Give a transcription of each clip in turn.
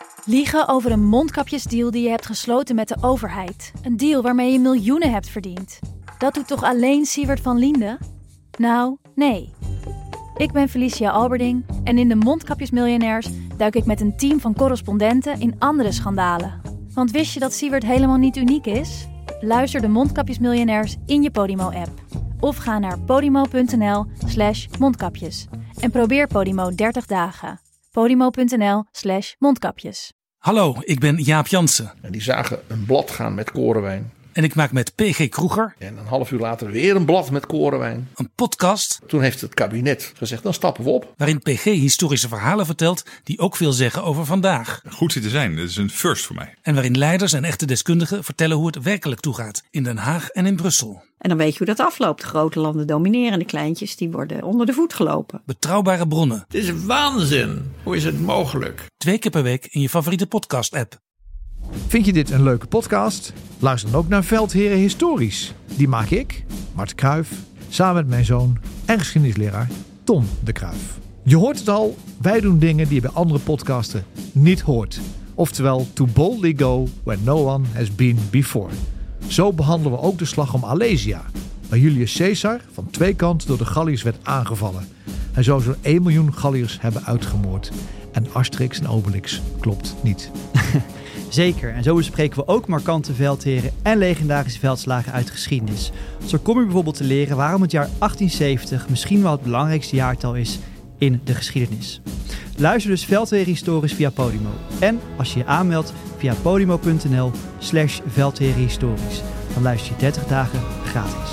Liegen over een mondkapjesdeal die je hebt gesloten met de overheid. Een deal waarmee je miljoenen hebt verdiend. Dat doet toch alleen Siewert van Liende? Nou, nee. Ik ben Felicia Alberding en in de Mondkapjesmiljonairs duik ik met een team van correspondenten in andere schandalen. Want wist je dat Siewert helemaal niet uniek is? Luister de Mondkapjesmiljonairs in je Podimo-app. Of ga naar podimo.nl/mondkapjes. En probeer Podimo 30 dagen. Podimo.nl/mondkapjes. Hallo, ik ben Jaap Jansen. En die zagen een blad gaan met korenwijn. En ik maak met PG Kroeger. En een half uur later weer een blad met korenwijn. Een podcast. Toen heeft het kabinet gezegd, dan stappen we op. Waarin PG historische verhalen vertelt die ook veel zeggen over vandaag. Goed zit te zijn, dat is een first voor mij. En waarin leiders en echte deskundigen vertellen hoe het werkelijk toegaat in Den Haag en in Brussel. En dan weet je hoe dat afloopt. De grote landen domineren, de kleintjes die worden onder de voet gelopen. Betrouwbare bronnen. Het is waanzin. Hoe is het mogelijk? 2 keer per week in je favoriete podcast-app. Vind je dit een leuke podcast? Luister dan ook naar Veldheren Historisch. Die maak ik, Mart Kruijf, samen met mijn zoon en geschiedenisleraar Tom de Kruijf. Je hoort het al, wij doen dingen die je bij andere podcasten niet hoort. Oftewel, to boldly go where no one has been before. Zo behandelen we ook de slag om Alesia, waar Julius Caesar van 2 kanten door de Galliërs werd aangevallen. Hij zou zo'n 1 miljoen Galliërs hebben uitgemoord. En Asterix en Obelix klopt niet. Zeker, en zo bespreken we ook markante veldheren en legendarische veldslagen uit de geschiedenis. Zo kom je bijvoorbeeld te leren waarom het jaar 1870 misschien wel het belangrijkste jaartal is in de geschiedenis. Luister dus Veldheren Historisch via Podimo. En als je je aanmeldt via podimo.nl/veldherenhistorisch. Dan luister je 30 dagen gratis.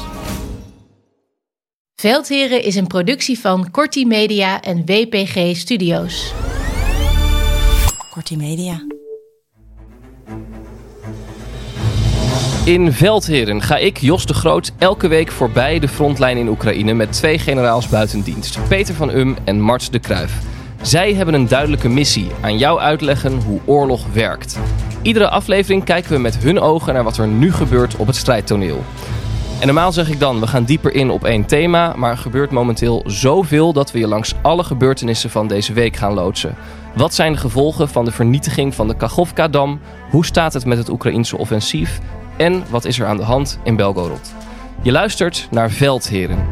Veldheren is een productie van Corti Media en WPG Studios. Corti Media. In Veldheren ga ik, Jos de Groot, elke week voorbij de frontlijn in Oekraïne met 2 generaals buiten dienst, Peter van en Mart de Kruijf. Zij hebben een duidelijke missie: aan jou uitleggen hoe oorlog werkt. Iedere aflevering kijken we met hun ogen naar wat er nu gebeurt op het strijdtoneel. En normaal zeg ik dan, we gaan dieper in op 1 thema, maar er gebeurt momenteel zoveel dat we je langs alle gebeurtenissen van deze week gaan loodsen. Wat zijn de gevolgen van de vernietiging van de Kachovka-dam? Hoe staat het met het Oekraïense offensief? En wat is er aan de hand in Belgorod? Je luistert naar Veldheren.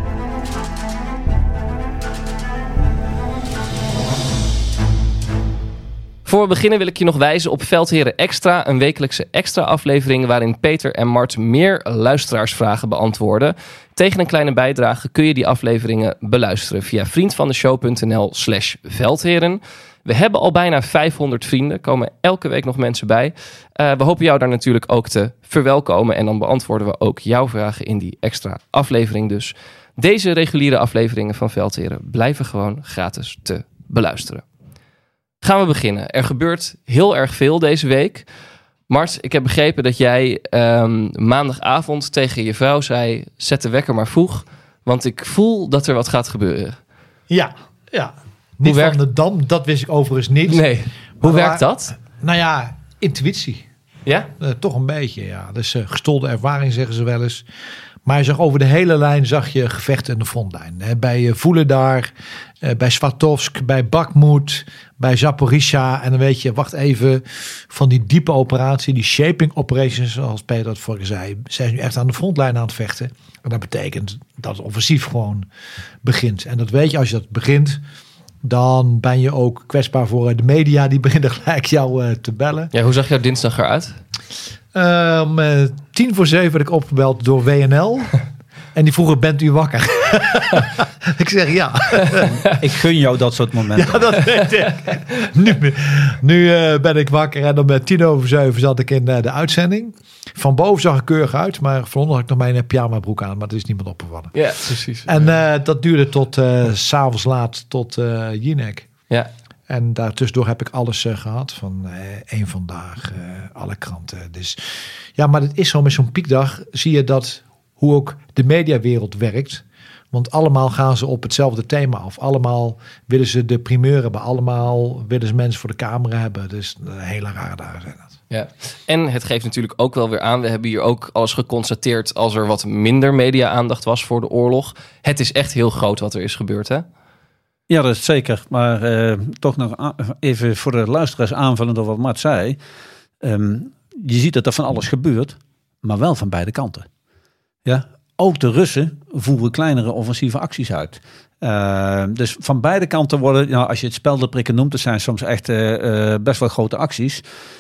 Voor we beginnen wil ik je nog wijzen op Veldheren Extra, een wekelijkse extra aflevering waarin Peter en Mart meer luisteraarsvragen beantwoorden. Tegen een kleine bijdrage kun je die afleveringen beluisteren via vriendvandeshow.nl/Veldheren. We hebben al bijna 500 vrienden, komen elke week nog mensen bij. We hopen jou daar natuurlijk ook te verwelkomen en dan beantwoorden we ook jouw vragen in die extra aflevering dus. Deze reguliere afleveringen van Veldheren blijven gewoon gratis te beluisteren. Gaan we beginnen. Er gebeurt heel erg veel deze week. Mart, ik heb begrepen dat jij maandagavond tegen je vrouw zei: zet de wekker maar vroeg, want ik voel dat er wat gaat gebeuren. Ja. Niet van de dam, dat wist ik overigens niet. Nee. Hoe werkt dat? Nou ja, intuïtie. Ja? Toch een beetje, ja. Dus gestolde ervaring zeggen ze wel eens. Maar je zag over de hele lijn zag je gevechten in de frontlijn. Bij Vuhledar, bij Svatovsk, bij Bakhmut, bij Zaporizhia. En dan weet je, wacht even, van die diepe operatie, die shaping operations, zoals Peter dat vorige zei, zijn ze nu echt aan de frontlijn aan het vechten. En dat betekent dat het offensief gewoon begint. En dat weet je, als je dat begint, dan ben je ook kwetsbaar voor de media. Die beginnen gelijk jou te bellen. Ja, hoe zag jouw dinsdag eruit? 6:10 werd ik opgebeld door WNL. En die vroegen, bent u wakker? Ik zeg ja. Ik gun jou dat soort momenten. Ja, dat weet ik. Nu ben ik wakker en dan met 6:10 zat ik in de uitzending. Van boven zag ik keurig uit, maar van onder had ik nog mijn pyjama broek aan. Maar er is niemand opgevallen. Ja, precies. En dat duurde tot 's avonds laat, tot Jinek. Ja. En daartussendoor heb ik alles gehad. Van Eén Vandaag, alle kranten. Dus ja, maar het is zo met zo'n piekdag. Zie je dat hoe ook de mediawereld werkt. Want allemaal gaan ze op hetzelfde thema af. Allemaal willen ze de primeur hebben. Allemaal willen ze mensen voor de camera hebben. Dus hele rare dagen zijn dat. Ja, en het geeft natuurlijk ook wel weer aan. We hebben hier ook alles geconstateerd als er wat minder media-aandacht was voor de oorlog. Het is echt heel groot wat er is gebeurd, hè? Ja, dat is zeker. Maar toch nog even voor de luisteraars aanvullend op wat Mart zei. Je ziet dat er van alles gebeurt, maar wel van beide kanten. Ja, ook de Russen voeren kleinere offensieve acties uit. Dus van beide kanten worden, als je het speldenprikken noemt, dat zijn soms echt best wel grote acties.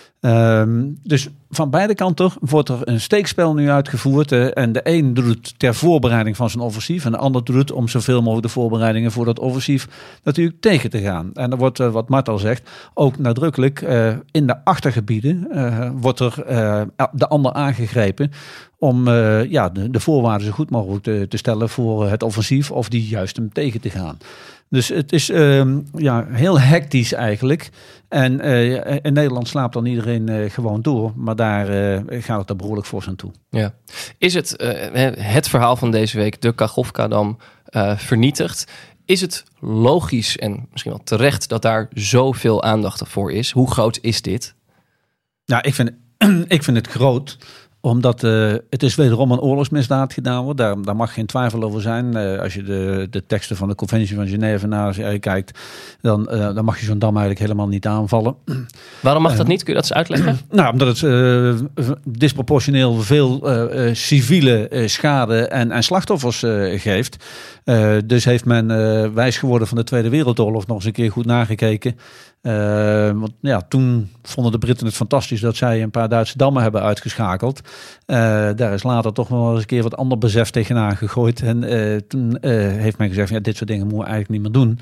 Dus van beide kanten wordt er een steekspel nu uitgevoerd. En de een doet het ter voorbereiding van zijn offensief. En de ander doet het om zoveel mogelijk de voorbereidingen voor dat offensief natuurlijk tegen te gaan. En er wordt, wat Mart al zegt, ook nadrukkelijk in de achtergebieden wordt er de ander aangegrepen om de voorwaarden zo goed mogelijk te stellen voor het offensief of die juist hem tegen te gaan. Dus het is heel hectisch eigenlijk. En in Nederland slaapt dan iedereen gewoon door. Maar daar gaat het er behoorlijk fors aan toe. Ja. Is het verhaal van deze week, de Kachovkadam, vernietigd? Is het logisch en misschien wel terecht dat daar zoveel aandacht voor is? Hoe groot is dit? Nou, ik vind het groot. Omdat het is wederom een oorlogsmisdaad gedaan wordt. Daar mag geen twijfel over zijn. Als je de teksten van de Conventie van Genève naar kijkt, dan mag je zo'n dam eigenlijk helemaal niet aanvallen. Waarom mag dat niet? Kun je dat eens uitleggen? Nou, omdat het disproportioneel veel civiele schade en slachtoffers geeft. Dus heeft men wijs geworden van de Tweede Wereldoorlog nog eens een keer goed nagekeken. Want toen vonden de Britten het fantastisch dat zij een paar Duitse dammen hebben uitgeschakeld. Daar is later toch nog eens een keer wat ander besef tegenaan gegooid. En toen heeft men gezegd, dit soort dingen moeten we eigenlijk niet meer doen.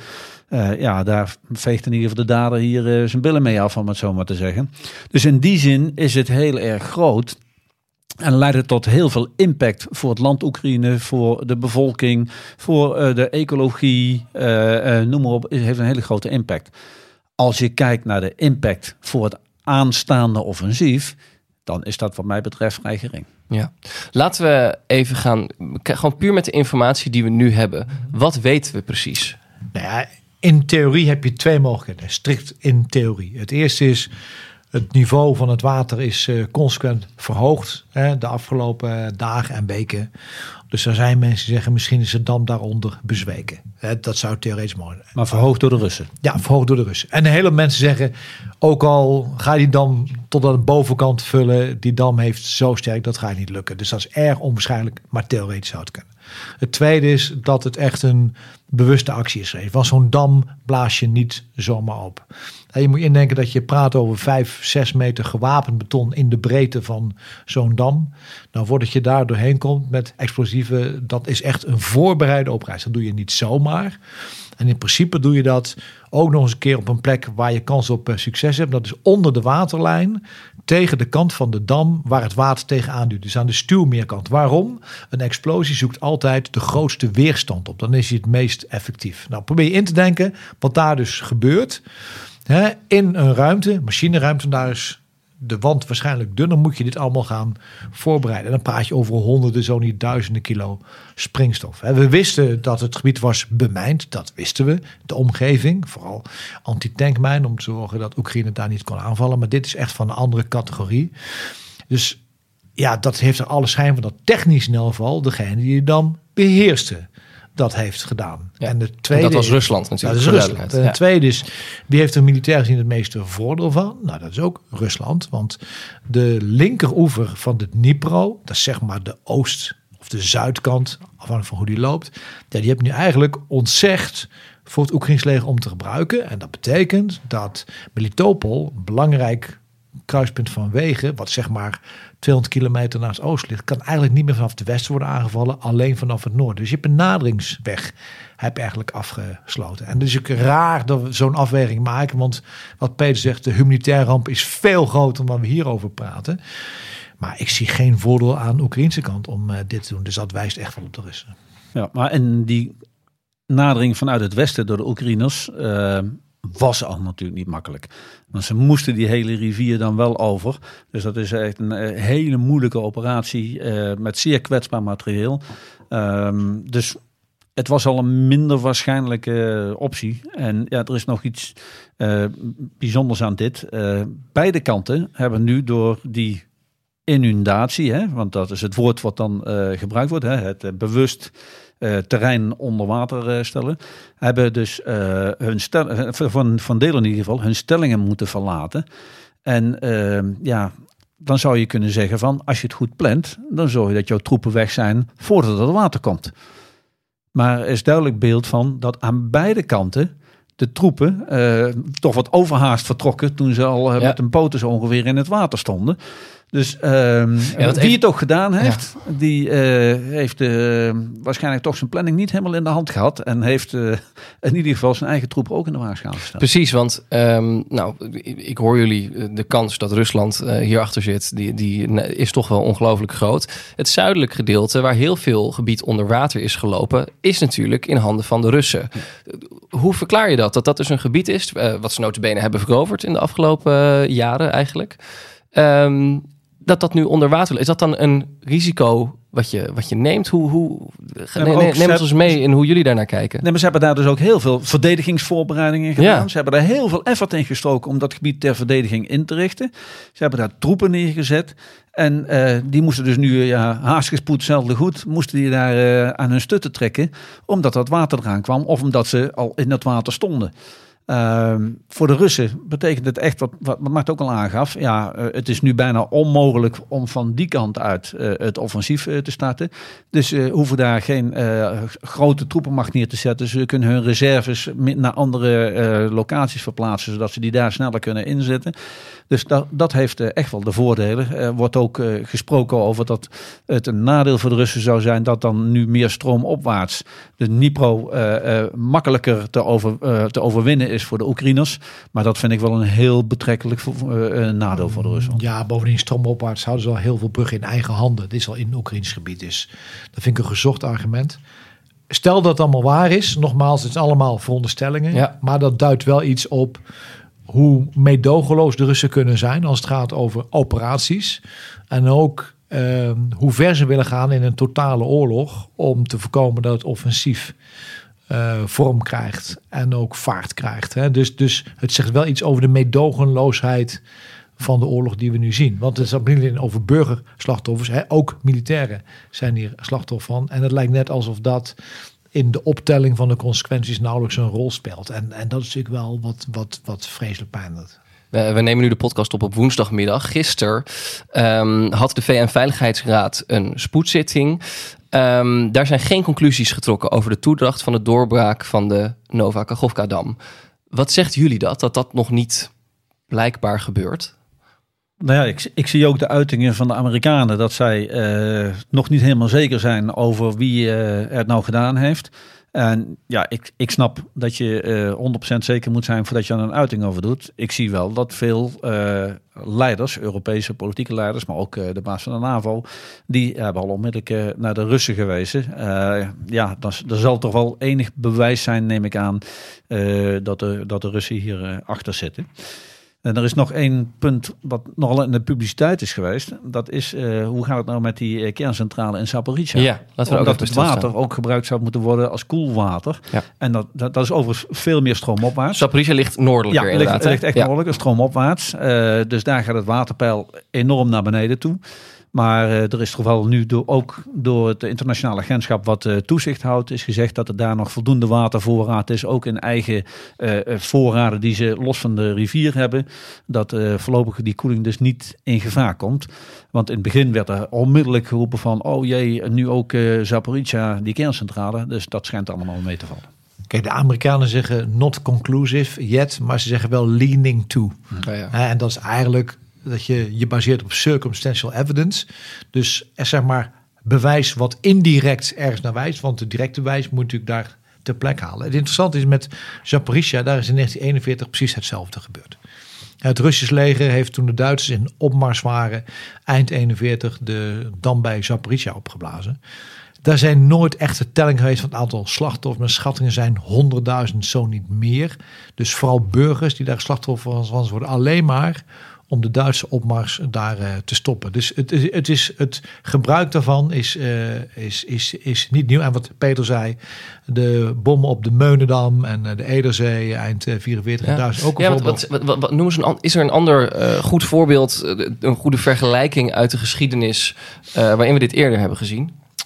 Daar veegt in ieder geval de dader hier zijn billen mee af, om het zo maar te zeggen. Dus in die zin is het heel erg groot. En leidt het tot heel veel impact voor het land Oekraïne, voor de bevolking, voor de ecologie, noem maar op. Het heeft een hele grote impact. Als je kijkt naar de impact voor het aanstaande offensief, dan is dat wat mij betreft vrij gering. Ja. Laten we even gaan, gewoon puur met de informatie die we nu hebben. Wat weten we precies? Nou ja, in theorie heb je twee mogelijkheden. Strikt in theorie. Het eerste is, het niveau van het water is consequent verhoogd de afgelopen dagen en weken. Dus er zijn mensen die zeggen, misschien is de dam daaronder bezweken. Dat zou theoretisch mogelijk zijn. Maar verhoogd door de Russen? Ja, verhoogd door de Russen. En hele mensen zeggen, ook al ga je die dam tot aan de bovenkant vullen, die dam heeft zo sterk, dat gaat niet lukken. Dus dat is erg onwaarschijnlijk, maar theoretisch zou het kunnen. Het tweede is dat het echt een bewuste actie is. Want zo'n dam blaas je niet zomaar op. Je moet indenken dat je praat over 5-6 meter gewapend beton in de breedte van zo'n dam. Nou, voordat je daar doorheen komt met explosieven, dat is echt een voorbereide operatie. Dat doe je niet zomaar. En in principe doe je dat ook nog eens een keer op een plek waar je kans op succes hebt. Dat is onder de waterlijn, tegen de kant van de dam waar het water tegenaan duwt. Dus aan de stuwmeerkant. Waarom? Een explosie zoekt altijd de grootste weerstand op. Dan is hij het meest effectief. Nou, probeer je in te denken wat daar dus gebeurt. In een ruimte, machineruimte, daar is de wand waarschijnlijk dunner, moet je dit allemaal gaan voorbereiden. En dan praat je over honderden, zo niet duizenden kilo springstof. We wisten dat het gebied was bemijnd, dat wisten we. De omgeving, vooral anti-tankmijn, om te zorgen dat Oekraïne daar niet kon aanvallen. Maar dit is echt van een andere categorie. Dus ja, dat heeft er alle schijn van dat technisch in elk geval degene die je dan beheerste dat heeft gedaan. Ja. En de tweede, dat was Rusland natuurlijk. Dat is Rusland. En de tweede is, wie heeft er militair gezien het meeste voordeel van? Nou, dat is ook Rusland. Want de linkeroever van de Dnipro, dat is zeg maar de oost- of de zuidkant, afhankelijk van hoe die loopt. Ja, die hebben nu eigenlijk ontzegd voor het Oekraïns leger om te gebruiken. En dat betekent dat Melitopol, een belangrijk kruispunt van wegen, wat zeg maar 200 kilometer naar het oosten ligt, kan eigenlijk niet meer vanaf het westen worden aangevallen, alleen vanaf het noorden. Dus je hebt een naderingsweg eigenlijk afgesloten. En het is ook raar dat we zo'n afweging maken, want wat Peter zegt, de humanitaire ramp is veel groter dan we hierover praten. Maar ik zie geen voordeel aan de Oekraïnse kant om dit te doen. Dus dat wijst echt wel op de Russen. Ja, maar en die nadering vanuit het westen door de Oekraïners was al natuurlijk niet makkelijk. Want ze moesten die hele rivier dan wel over. Dus dat is echt een hele moeilijke operatie met zeer kwetsbaar materieel. Dus het was al een minder waarschijnlijke optie. En ja, er is nog iets bijzonders aan dit. Beide kanten hebben nu door die inundatie, want dat is het woord wat dan gebruikt wordt, het bewust terrein onder water stellen. Hebben dus van delen in ieder geval hun stellingen moeten verlaten. En dan zou je kunnen zeggen van, als je het goed plant, dan zorg je dat jouw troepen weg zijn voordat er water komt. Maar er is duidelijk beeld van dat aan beide kanten de troepen toch wat overhaast vertrokken toen ze al met hun poten zo ongeveer in het water stonden. Dus wie het ook gedaan heeft, die heeft waarschijnlijk toch zijn planning niet helemaal in de hand gehad. En heeft in ieder geval zijn eigen troepen ook in de waagschaal gesteld. Precies, want ik hoor jullie, de kans dat Rusland hierachter zit, die is toch wel ongelooflijk groot. Het zuidelijk gedeelte, waar heel veel gebied onder water is gelopen, is natuurlijk in handen van de Russen. Hoe verklaar je dat? Dat dus een gebied is, wat ze nota bene hebben veroverd in de afgelopen jaren eigenlijk. Dat nu onder water is dat dan een risico wat je neemt? Neem ons eens mee in hoe jullie daarnaar kijken. Nee, maar ze hebben daar dus ook heel veel verdedigingsvoorbereidingen gedaan. Ja. Ze hebben daar heel veel effort in gestoken om dat gebied ter verdediging in te richten. Ze hebben daar troepen neergezet. En die moesten dus nu haastgespoed zelfde goed, moesten die daar aan hun stutten trekken, omdat dat water eraan kwam of omdat ze al in dat water stonden. Voor de Russen betekent het echt, wat Mart ook al aangaf, het is nu bijna onmogelijk om van die kant uit het offensief te starten. Dus ze hoeven daar geen grote troepenmacht neer te zetten. Ze kunnen hun reserves naar andere locaties verplaatsen, zodat ze die daar sneller kunnen inzetten. Dus dat heeft echt wel de voordelen. Er wordt ook gesproken over dat het een nadeel voor de Russen zou zijn dat dan nu meer stroomopwaarts de Dnipro makkelijker te overwinnen is voor de Oekraïners. Maar dat vind ik wel een heel betrekkelijk nadeel voor de Russen. Ja, bovendien stroomopwaarts houden ze al heel veel bruggen in eigen handen. Dit is al in het Oekraïns gebied. Dus dat vind ik een gezocht argument. Stel dat het allemaal waar is. Nogmaals, het is allemaal veronderstellingen. Ja. Maar dat duidt wel iets op hoe meedogenloos de Russen kunnen zijn als het gaat over operaties. En ook hoe ver ze willen gaan in een totale oorlog om te voorkomen dat het offensief vorm krijgt en ook vaart krijgt. Hè. Dus het zegt wel iets over de meedogenloosheid van de oorlog die we nu zien. Want het is niet alleen over burgerslachtoffers. Hè. Ook militairen zijn hier slachtoffer van. En het lijkt net alsof dat in de optelling van de consequenties nauwelijks een rol speelt. En dat is natuurlijk wel wat vreselijk pijnlijk. We nemen nu de podcast op woensdagmiddag. Gisteren had de VN-veiligheidsraad een spoedzitting. Daar zijn geen conclusies getrokken over de toedracht van de doorbraak van de Nova Kakhovka-dam. Wat zegt jullie dat nog niet blijkbaar gebeurt? Nou ja, ik zie ook de uitingen van de Amerikanen dat zij nog niet helemaal zeker zijn over wie het nou gedaan heeft. En ja, ik snap dat je 100% zeker moet zijn voordat je er een uiting over doet. Ik zie wel dat veel leiders, Europese politieke leiders, maar ook de baas van de NAVO, die hebben al onmiddellijk naar de Russen gewezen. Er zal toch wel enig bewijs zijn, neem ik aan, dat de Russen hier achter zitten. En er is nog één punt wat nogal in de publiciteit is geweest. Dat is, hoe gaat het nou met die kerncentrale in Zaporizhia? Ja, omdat het water ook gebruikt zou moeten worden als koelwater. Ja. En dat is overigens veel meer stroomopwaarts. Zaporizhia ligt noordelijker inderdaad. Het ligt echt noordelijker, stroomopwaarts. Dus daar gaat het waterpeil enorm naar beneden toe. Maar er is toch wel nu ook door het internationale agentschap wat toezicht houdt, is gezegd dat er daar nog voldoende watervoorraad is. Ook in eigen voorraden die ze los van de rivier hebben. Dat voorlopig die koeling dus niet in gevaar komt. Want in het begin werd er onmiddellijk geroepen van oh jee, nu ook Zaporizhia, die kerncentrale. Dus dat schijnt allemaal mee te vallen. Kijk, de Amerikanen zeggen not conclusive yet, maar ze zeggen wel leaning to. Ja. En dat is eigenlijk dat je baseert op circumstantial evidence. Dus zeg maar bewijs wat indirect ergens naar wijst. Want de directe bewijs moet natuurlijk daar ter plekke halen. Het interessante is met Zaporizhia, daar is in 1941 precies hetzelfde gebeurd. Het Russisch leger heeft toen de Duitsers in opmars waren eind 41 de dam bij Zaporizhia opgeblazen. Daar zijn nooit echte telling geweest van het aantal slachtoffers. Mijn schattingen zijn 100.000, zo niet meer. Dus vooral burgers die daar slachtoffer van worden, alleen maar om de Duitse opmars daar te stoppen. Dus het gebruik daarvan is niet nieuw. En wat Peter zei, de bommen op de Meunendam en de Ederzee eind 44 in Duitsland ook een voorbeeld. Wat noemen ze is er een ander goed voorbeeld, een goede vergelijking uit de geschiedenis waarin we dit eerder hebben gezien?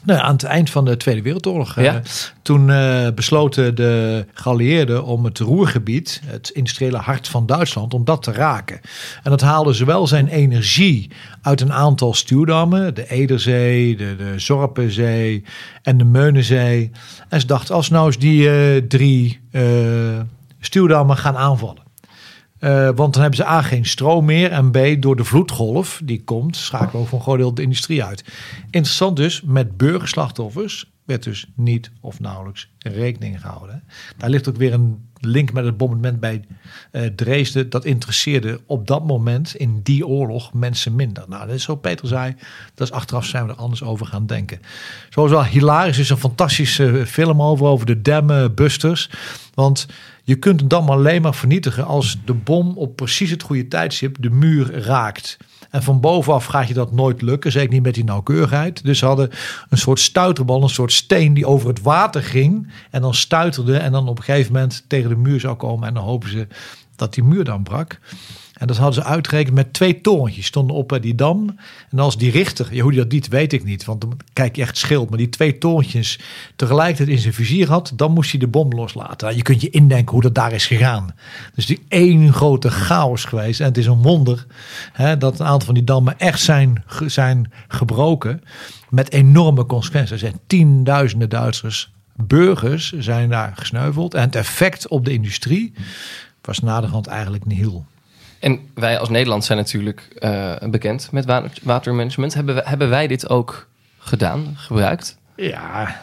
Nou, aan het eind van de Tweede Wereldoorlog. Toen besloten de geallieerden om het Ruhrgebied, het industriële hart van Duitsland, om dat te raken. En dat haalde zowel zijn energie uit een aantal stuwdammen, de Ederzee, de Zorpenzee en de Meunenzee. En ze dachten, als nou eens die 3 stuwdammen gaan aanvallen. Want dan hebben ze A, geen stroom meer. En B, door de vloedgolf die komt, schakelen ook van een groot deel de industrie uit. Interessant dus, met burgerslachtoffers werd dus niet of nauwelijks rekening gehouden. Daar ligt ook weer een link met het bombardement bij Dresden. Dat interesseerde op dat moment in die oorlog mensen minder. Nou, dat is zo Peter zei. Dat is achteraf zijn we er anders over gaan denken. Zoals wel hilarisch is een fantastische film over de dammenbusters. Want je kunt een dam alleen maar vernietigen als de bom op precies het goede tijdstip de muur raakt. En van bovenaf gaat je dat nooit lukken, zeker niet met die nauwkeurigheid. Dus ze hadden een soort stuiterbal, een soort steen die over het water ging en dan stuiterde en dan op een gegeven moment tegen de muur zou komen en dan hopen ze dat die muur dan brak. En dat hadden ze uitgerekend met 2 torentjes stonden op die dam. En als die richter, hoe die dat deed, weet ik niet. Want dan kijk je echt schild. Maar die 2 torentjes tegelijkertijd in zijn vizier had, dan moest hij de bom loslaten. Nou, je kunt je indenken hoe dat daar is gegaan. Dus die één grote chaos geweest. En het is een wonder dat een aantal van die dammen echt zijn gebroken. Met enorme consequenties. Er zijn tienduizenden Duitsers, burgers zijn daar gesneuveld. En het effect op de industrie was naderhand eigenlijk nihil. En wij als Nederland zijn natuurlijk bekend met watermanagement. Hebben wij dit ook gedaan, gebruikt? Ja,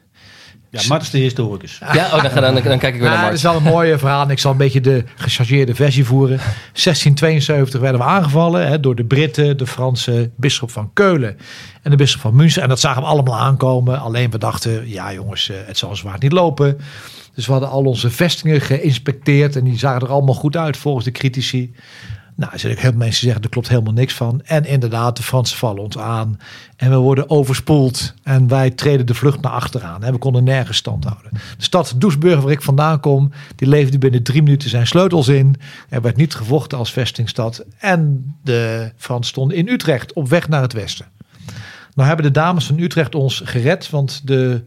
Mart is de historicus. Ja, dan kijk ik weer naar Mart. Dat is wel een mooie verhaal. Ik zal een beetje de gechargeerde versie voeren. 1672 werden we aangevallen door de Britten, de Franse bisschop van Keulen en de bisschop van Münster. En dat zagen we allemaal aankomen. Alleen we dachten, ja jongens, het zal zwaar niet lopen. Dus we hadden al onze vestingen geïnspecteerd en die zagen er allemaal goed uit volgens de critici. Nou, er zijn ook heel veel mensen die zeggen, er klopt helemaal niks van. En inderdaad, de Fransen vallen ons aan en we worden overspoeld. En wij treden de vlucht naar achteraan. We konden nergens stand houden. De stad Doesburg, waar ik vandaan kom, die leefde binnen 3 minuten zijn sleutels in. Er werd niet gevochten als vestingstad. En de Fransen stonden in Utrecht op weg naar het westen. Nou hebben de dames van Utrecht ons gered, want de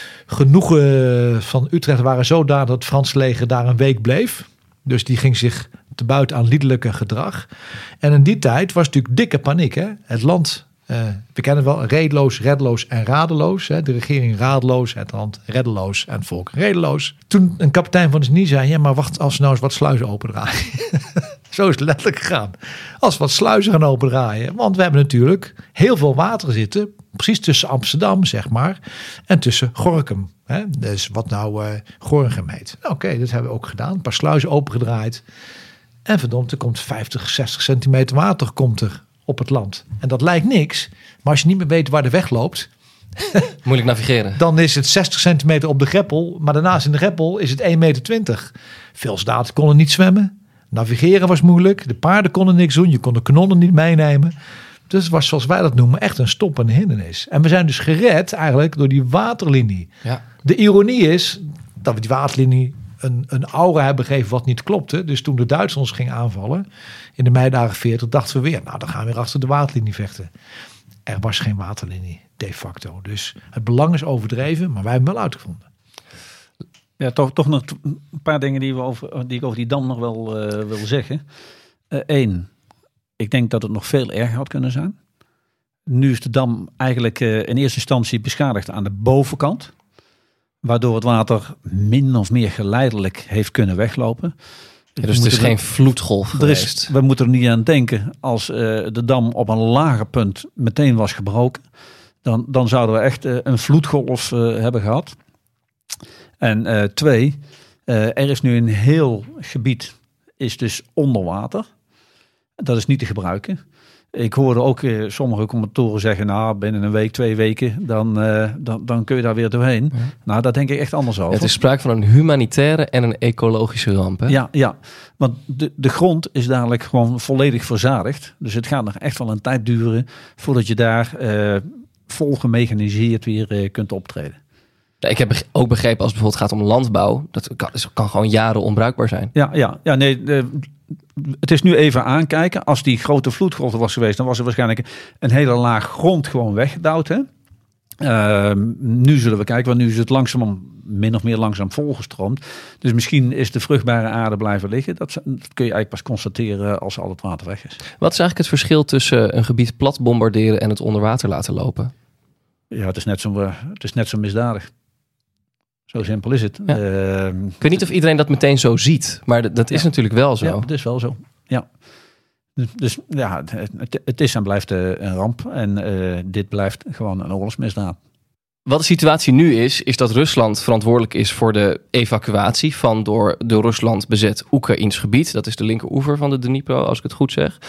genoegen van Utrecht waren zodanig dat het Franse leger daar een week bleef. Dus die ging zich te buiten aan liederlijke gedrag. En in die tijd was natuurlijk dikke paniek. Hè? Het land, we kennen het wel, redeloos, reddeloos en radeloos. Hè? De regering radeloos, het land reddeloos en het volk redeloos. Toen een kapitein van de Snie zei, ja, maar wacht, als we nou eens wat sluizen opendraaien. Zo is het letterlijk gegaan. Als we wat sluizen gaan opendraaien. Want we hebben natuurlijk heel veel water zitten. Precies tussen Amsterdam, zeg maar. En tussen Gorinchem. Hè? Dus wat nou Gorinchem heet. Nou, oké, dat hebben we ook gedaan. Een paar sluizen opengedraaid. En verdomd, er komt 50, 60 centimeter water komt er op het land. En dat lijkt niks. Maar als je niet meer weet waar de weg loopt. Moeilijk navigeren. Dan is het 60 centimeter op de greppel. Maar daarnaast in de greppel is het 1,20 meter. Veel soldaten konden niet zwemmen. Navigeren was moeilijk. De paarden konden niks doen. Je kon de kanonnen niet meenemen. Dus het was, zoals wij dat noemen, echt een stoppende hindernis. En we zijn dus gered eigenlijk door die waterlinie. Ja. De ironie is dat we die waterlinie een aura hebben gegeven wat niet klopte. Dus toen de Duitsers ons gingen aanvallen in de meidagen 40, dachten we weer, nou dan gaan we weer achter de waterlinie vechten. Er was geen waterlinie, de facto. Dus het belang is overdreven, maar wij hebben wel uitgevonden. Ja, toch nog een paar dingen die ik over die dam nog wel wil zeggen. Eén, ik denk dat het nog veel erger had kunnen zijn. Nu is de dam eigenlijk in eerste instantie beschadigd aan de bovenkant. Waardoor het water min of meer geleidelijk heeft kunnen weglopen. Ja, dus het is geen vloedgolf geweest. We moeten er niet aan denken als de dam op een lager punt meteen was gebroken. Dan zouden we echt een vloedgolf hebben gehad. En 2, er is nu een heel gebied is dus onder water. Dat is niet te gebruiken. Ik hoorde ook sommige commentatoren zeggen, nou binnen een week, 2 weken, dan kun je daar weer doorheen. Ja. Nou, daar denk ik echt anders over. Ja, het is sprake van een humanitaire en een ecologische ramp. Hè? Ja, want de grond is dadelijk gewoon volledig verzadigd. Dus het gaat nog echt wel een tijd duren voordat je daar vol gemechaniseerd weer kunt optreden. Ja, ik heb ook begrepen als het bijvoorbeeld gaat om landbouw, dat kan gewoon jaren onbruikbaar zijn. Ja, nee. Het is nu even aankijken. Als die grote vloedgolf was geweest, dan was er waarschijnlijk een hele laag grond gewoon weggedouwd. Hè? Nu zullen we kijken, want nu is het min of meer langzaam volgestroomd. Dus misschien is de vruchtbare aarde blijven liggen. Dat kun je eigenlijk pas constateren als al het water weg is. Wat is eigenlijk het verschil tussen een gebied plat bombarderen en het onder water laten lopen? Ja, het is net zo misdadig. Zo simpel is het. Ja. Ik weet niet of iedereen dat meteen zo ziet, maar dat is natuurlijk wel zo. Ja, het is wel zo. Ja. Dus ja, het is en blijft een ramp. En dit blijft gewoon een oorlogsmisdaad. Wat de situatie nu is dat Rusland verantwoordelijk is voor de evacuatie van door Rusland bezet Oekraïns gebied. Dat is de linkeroever van de Dnipro, als ik het goed zeg.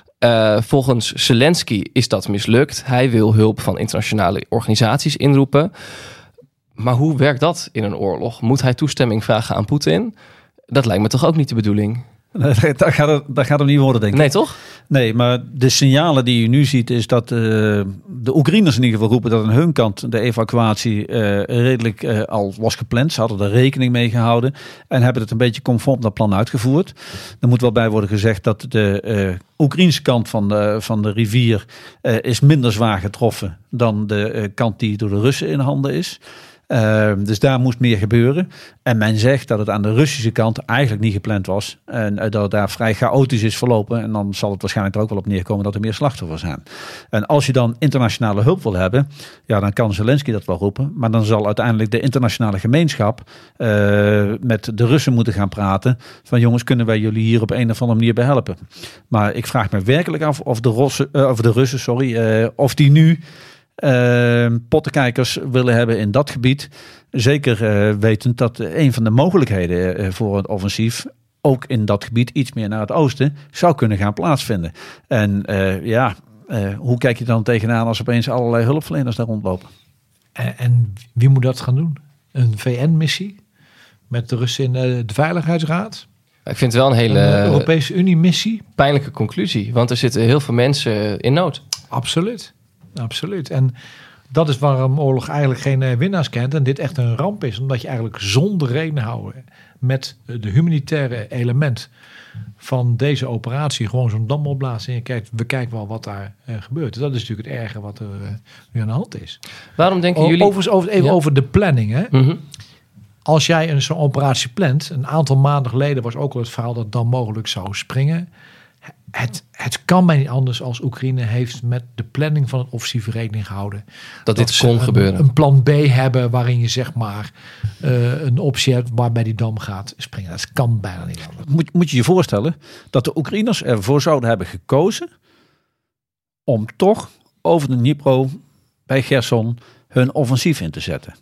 Volgens Zelensky is dat mislukt. Hij wil hulp van internationale organisaties inroepen. Maar hoe werkt dat in een oorlog? Moet hij toestemming vragen aan Poetin? Dat lijkt me toch ook niet de bedoeling? Dat gaat hem niet worden, denk ik. Nee, toch? Nee, maar de signalen die je nu ziet is dat de Oekraïners in ieder geval roepen dat aan hun kant de evacuatie redelijk al was gepland. Ze hadden er rekening mee gehouden en hebben het een beetje conform dat plan uitgevoerd. Er moet wel bij worden gezegd dat de Oekraïnse kant van de rivier is minder zwaar getroffen dan de kant die door de Russen in handen is. Dus daar moest meer gebeuren. En men zegt dat het aan de Russische kant eigenlijk niet gepland was. En dat het daar vrij chaotisch is verlopen. En dan zal het waarschijnlijk er ook wel op neerkomen dat er meer slachtoffers zijn. En als je dan internationale hulp wil hebben, ja, dan kan Zelensky dat wel roepen. Maar dan zal uiteindelijk de internationale gemeenschap met de Russen moeten gaan praten. Van jongens, kunnen wij jullie hier op een of andere manier bij helpen? Maar ik vraag me werkelijk af of de Russen, of die nu pottenkijkers willen hebben in dat gebied. Zeker wetend dat een van de mogelijkheden voor het offensief ook in dat gebied iets meer naar het oosten zou kunnen gaan plaatsvinden. En hoe kijk je dan tegenaan als opeens allerlei hulpverleners daar rondlopen? En wie moet dat gaan doen? Een VN-missie met de Russen in de Veiligheidsraad? Ik vind het wel een hele Europese Unie-missie. Pijnlijke conclusie, want er zitten heel veel mensen in nood. Absoluut. En dat is waarom oorlog eigenlijk geen winnaars kent en dit echt een ramp is. Omdat je eigenlijk zonder reden houden met de humanitaire element van deze operatie gewoon zo'n dam opblazen. En we kijken wel wat daar gebeurt. Dat is natuurlijk het erge wat er nu aan de hand is. Waarom denken jullie... Over de planning. Hè? Mm-hmm. Als jij zo'n operatie plant, een aantal maanden geleden was ook al het verhaal dat het dan mogelijk zou springen. Het kan mij niet anders als Oekraïne heeft met de planning van het offensief rekening gehouden. Dat dit kon gebeuren. Een plan B hebben waarin je zeg maar een optie hebt waarbij die dam gaat springen. Dat kan bijna niet anders. Moet je je voorstellen dat de Oekraïners ervoor zouden hebben gekozen om toch over de Dnipro bij Gerson hun offensief in te zetten.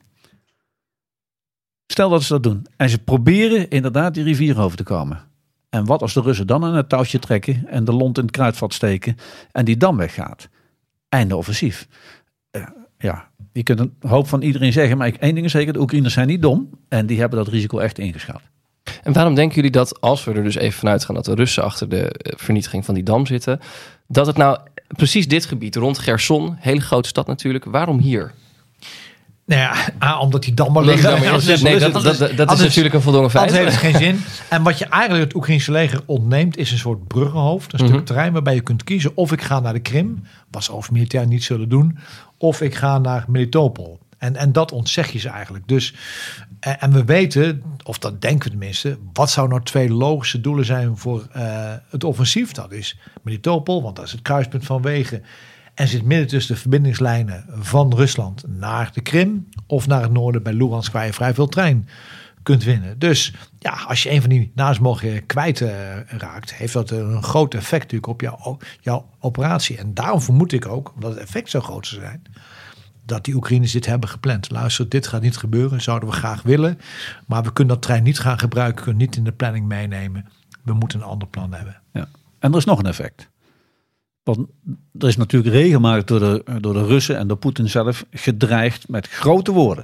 Stel dat ze dat doen. En ze proberen inderdaad die rivier over te komen. En wat als de Russen dan aan het touwtje trekken en de lont in het kruidvat steken en die dam weggaat? Einde offensief. Je kunt een hoop van iedereen zeggen, maar één ding is zeker, de Oekraïners zijn niet dom en die hebben dat risico echt ingeschat. En waarom denken jullie dat, als we er dus even vanuit gaan dat de Russen achter de vernietiging van die dam zitten, dat het nou precies dit gebied rond Gerson, hele grote stad natuurlijk, waarom hier? Nou ja, omdat die dam maar ligt. Dat is natuurlijk een voldongen feit. Dat heeft geen zin. En wat je eigenlijk het Oekraïnse leger ontneemt, is een soort bruggenhoofd. Een stuk terrein waarbij je kunt kiezen of ik ga naar de Krim, wat ze als militair niet zullen doen, of ik ga naar Melitopol. En dat ontzeg je ze eigenlijk. Dus, en we weten, of dat denken we tenminste, wat zou nou twee logische doelen zijn voor het offensief? Dat is Melitopol, want dat is het kruispunt van wegen. En zit midden tussen de verbindingslijnen van Rusland naar de Krim of naar het noorden bij Luhansk, waar je vrij veel trein kunt winnen. Dus ja, als je een van die naastmogelijkheden kwijt raakt, heeft dat een groot effect natuurlijk op jouw operatie. En daarom vermoed ik ook, omdat het effect zo groot zou zijn, dat die Oekraïners dit hebben gepland. Luister, dit gaat niet gebeuren, zouden we graag willen. Maar we kunnen dat trein niet gaan gebruiken, kunnen niet in de planning meenemen. We moeten een ander plan hebben. Ja. En er is nog een effect. Want er is natuurlijk regelmatig door de Russen en door Poetin zelf gedreigd met grote woorden.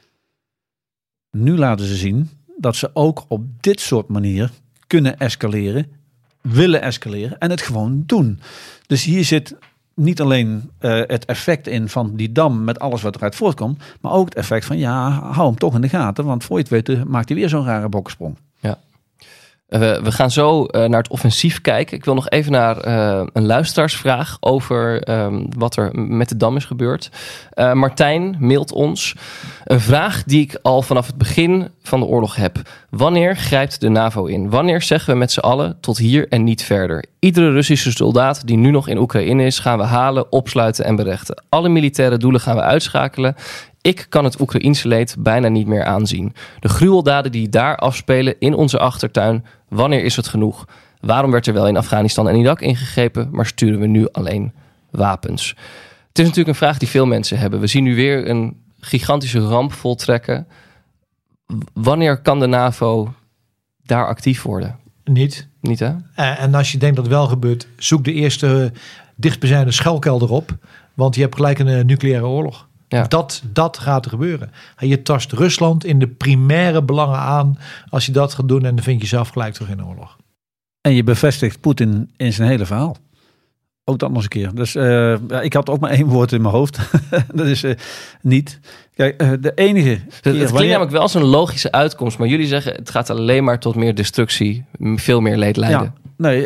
Nu laten ze zien dat ze ook op dit soort manier kunnen escaleren, willen escaleren en het gewoon doen. Dus hier zit niet alleen het effect in van die dam met alles wat eruit voortkomt, maar ook het effect van hou hem toch in de gaten, want voor je het weet maakt hij weer zo'n rare bokkensprong. Ja. We gaan zo naar het offensief kijken. Ik wil nog even naar een luisteraarsvraag over wat er met de Dam is gebeurd. Martijn mailt ons een vraag die ik al vanaf het begin van de oorlog heb. Wanneer grijpt de NAVO in? Wanneer zeggen we met z'n allen tot hier en niet verder? Iedere Russische soldaat die nu nog in Oekraïne is, gaan we halen, opsluiten en berechten. Alle militaire doelen gaan we uitschakelen. Ik kan het Oekraïense leed bijna niet meer aanzien. De gruweldaden die daar afspelen in onze achtertuin, wanneer is het genoeg? Waarom werd er wel in Afghanistan en Irak ingegrepen, maar sturen we nu alleen wapens? Het is natuurlijk een vraag die veel mensen hebben. We zien nu weer een gigantische ramp voltrekken. Wanneer kan de NAVO daar actief worden? Niet. Niet, hè? En als je denkt dat het wel gebeurt, zoek de eerste dichtstbijzijnde schuilkelder op. Want je hebt gelijk een nucleaire oorlog. Ja. Dat gaat er gebeuren. Je tast Rusland in de primaire belangen aan als je dat gaat doen en dan vind je jezelf gelijk terug in de oorlog. En je bevestigt Poetin in zijn hele verhaal. Ook dat nog eens een keer. Dus ik had ook maar 1 woord in mijn hoofd. Dat is niet. Kijk, de enige. Het klinkt namelijk wel als een logische uitkomst, maar jullie zeggen het gaat alleen maar tot meer destructie, veel meer leed lijden. Ja, nee,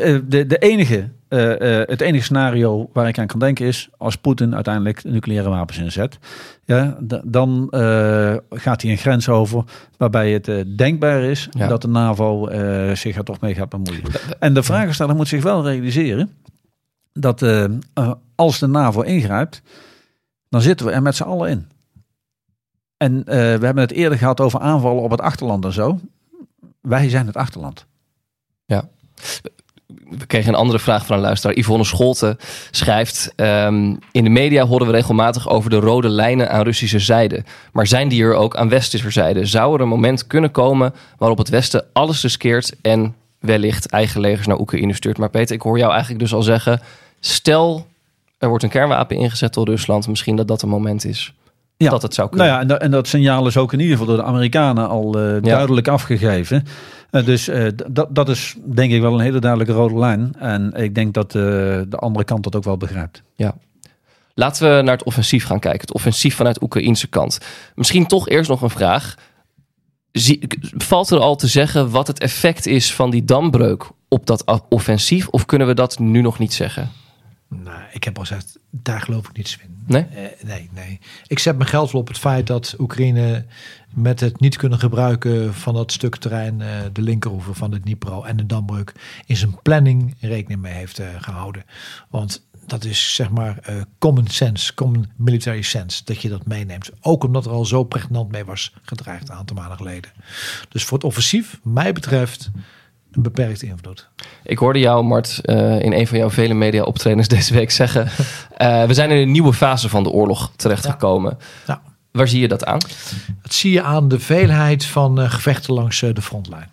het enige scenario waar ik aan kan denken is als Poetin uiteindelijk nucleaire wapens inzet. Ja, dan gaat hij een grens over waarbij het denkbaar is dat de NAVO zich er toch mee gaat bemoeien. En de vragensteller moet zich wel realiseren dat als de NAVO ingrijpt, dan zitten we er met z'n allen in. En we hebben het eerder gehad over aanvallen op het achterland en zo. Wij zijn het achterland. Ja. We kregen een andere vraag van een luisteraar. Yvonne Scholten schrijft: in de media horen we regelmatig over de rode lijnen aan Russische zijde. Maar zijn die er ook aan Westerse zijde? Zou er een moment kunnen komen waarop het Westen alles riskeert en wellicht eigen legers naar Oekraïne stuurt? Maar Peter, ik hoor jou eigenlijk dus al zeggen, stel er wordt een kernwapen ingezet door Rusland, misschien dat een moment is. Ja, dat het zou kunnen. Nou ja, en dat signaal is ook in ieder geval door de Amerikanen al duidelijk afgegeven. Dus dat is denk ik wel een hele duidelijke rode lijn. En ik denk dat de andere kant dat ook wel begrijpt. Ja. Laten we naar het offensief gaan kijken. Het offensief vanuit de Oekraïnse kant. Misschien toch eerst nog een vraag. Valt er al te zeggen wat het effect is van die dambreuk op dat offensief? Of kunnen we dat nu nog niet zeggen? Nou, ik heb al gezegd, daar geloof ik niets in. Nee? Nee. Ik zet mijn geld wel op het feit dat Oekraïne met het niet kunnen gebruiken van dat stuk terrein, de linkeroever van de Dnipro en de dambreuk, in zijn planning rekening mee heeft gehouden. Want dat is zeg maar common sense, common military sense, dat je dat meeneemt. Ook omdat er al zo pregnant mee was gedreigd een aantal maanden geleden. Dus voor het offensief, mij betreft, een beperkte invloed. Ik hoorde jou, Mart, in een van jouw vele media optredens deze week zeggen, we zijn in een nieuwe fase van de oorlog terechtgekomen. Ja. Waar zie je dat aan? Dat zie je aan de veelheid van gevechten langs de frontlijn.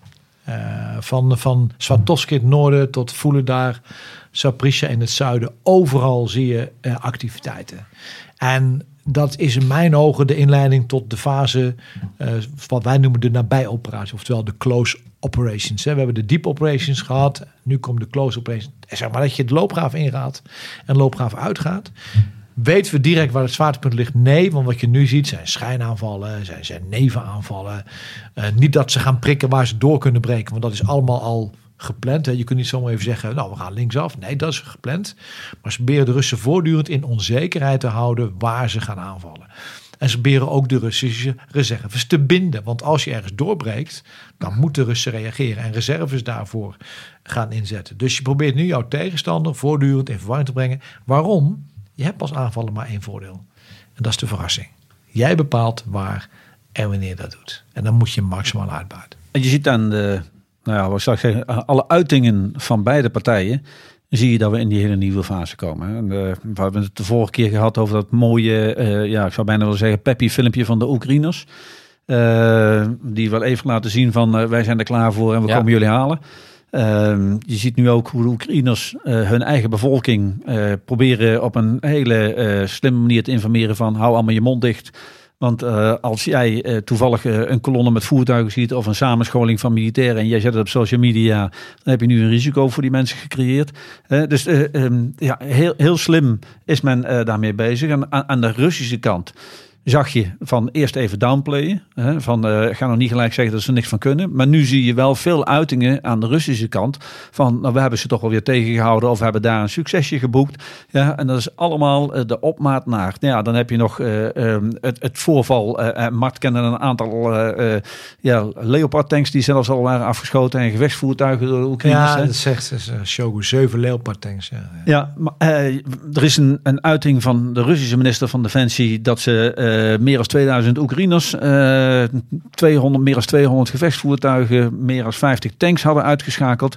Van Swatovski in het noorden tot Vuhledar, Zaporizhzhia in het zuiden. Overal zie je activiteiten. En dat is in mijn ogen de inleiding tot de fase, wat wij noemen de nabijoperatie, oftewel de close operations. We hebben de deep operations gehad, nu komen de close operations. Zeg maar dat je de loopgraaf ingaat en de loopgraaf uitgaat. Weten we direct waar het zwaartepunt ligt? Nee, want wat je nu ziet zijn schijnaanvallen, zijn nevenaanvallen. Niet dat ze gaan prikken waar ze door kunnen breken, want dat is allemaal al gepland. Hè. Je kunt niet zomaar even zeggen, nou we gaan linksaf. Nee, dat is gepland. Maar ze proberen de Russen voortdurend in onzekerheid te houden waar ze gaan aanvallen. En ze proberen ook de Russische reserves te binden. Want als je ergens doorbreekt, dan moeten de Russen reageren en reserves daarvoor gaan inzetten. Dus je probeert nu jouw tegenstander voortdurend in verwarring te brengen. Waarom? Je hebt als aanvallen maar één voordeel. En dat is de verrassing. Jij bepaalt waar en wanneer dat doet. En dan moet je maximaal uitbuiten. En je ziet aan wat zou ik zeggen, alle uitingen van beide partijen, zie je dat we in die hele nieuwe fase komen. En, we hebben het de vorige keer gehad over dat mooie, ik zou bijna willen zeggen, peppy filmpje van de Oekraïners. Die wel even laten zien van wij zijn er klaar voor en we komen jullie halen. Je ziet nu ook hoe de Oekraïners hun eigen bevolking proberen op een hele slimme manier te informeren van hou allemaal je mond dicht. Want als jij toevallig een kolonne met voertuigen ziet of een samenscholing van militairen en jij zet het op social media, dan heb je nu een risico voor die mensen gecreëerd. Dus heel slim is men daarmee bezig. En aan de Russische kant zag je van eerst even downplayen. Hè, van ga nog niet gelijk zeggen dat ze er niks van kunnen. Maar nu zie je wel veel uitingen aan de Russische kant. Van we hebben ze toch wel weer tegengehouden. Of we hebben daar een succesje geboekt. Ja, en dat is allemaal de opmaat naar. Ja, dan heb je nog het voorval. Mart kende een aantal Leopard tanks die zelfs al waren afgeschoten. En gevechtsvoertuigen door de Oekraïners. Ja, dat zegt Shoigu. 7 Leopard tanks. Ja, maar er is een uiting van de Russische minister van Defensie dat ze meer dan 2000 Oekraïners, meer dan 200 gevechtsvoertuigen, meer dan 50 tanks hadden uitgeschakeld.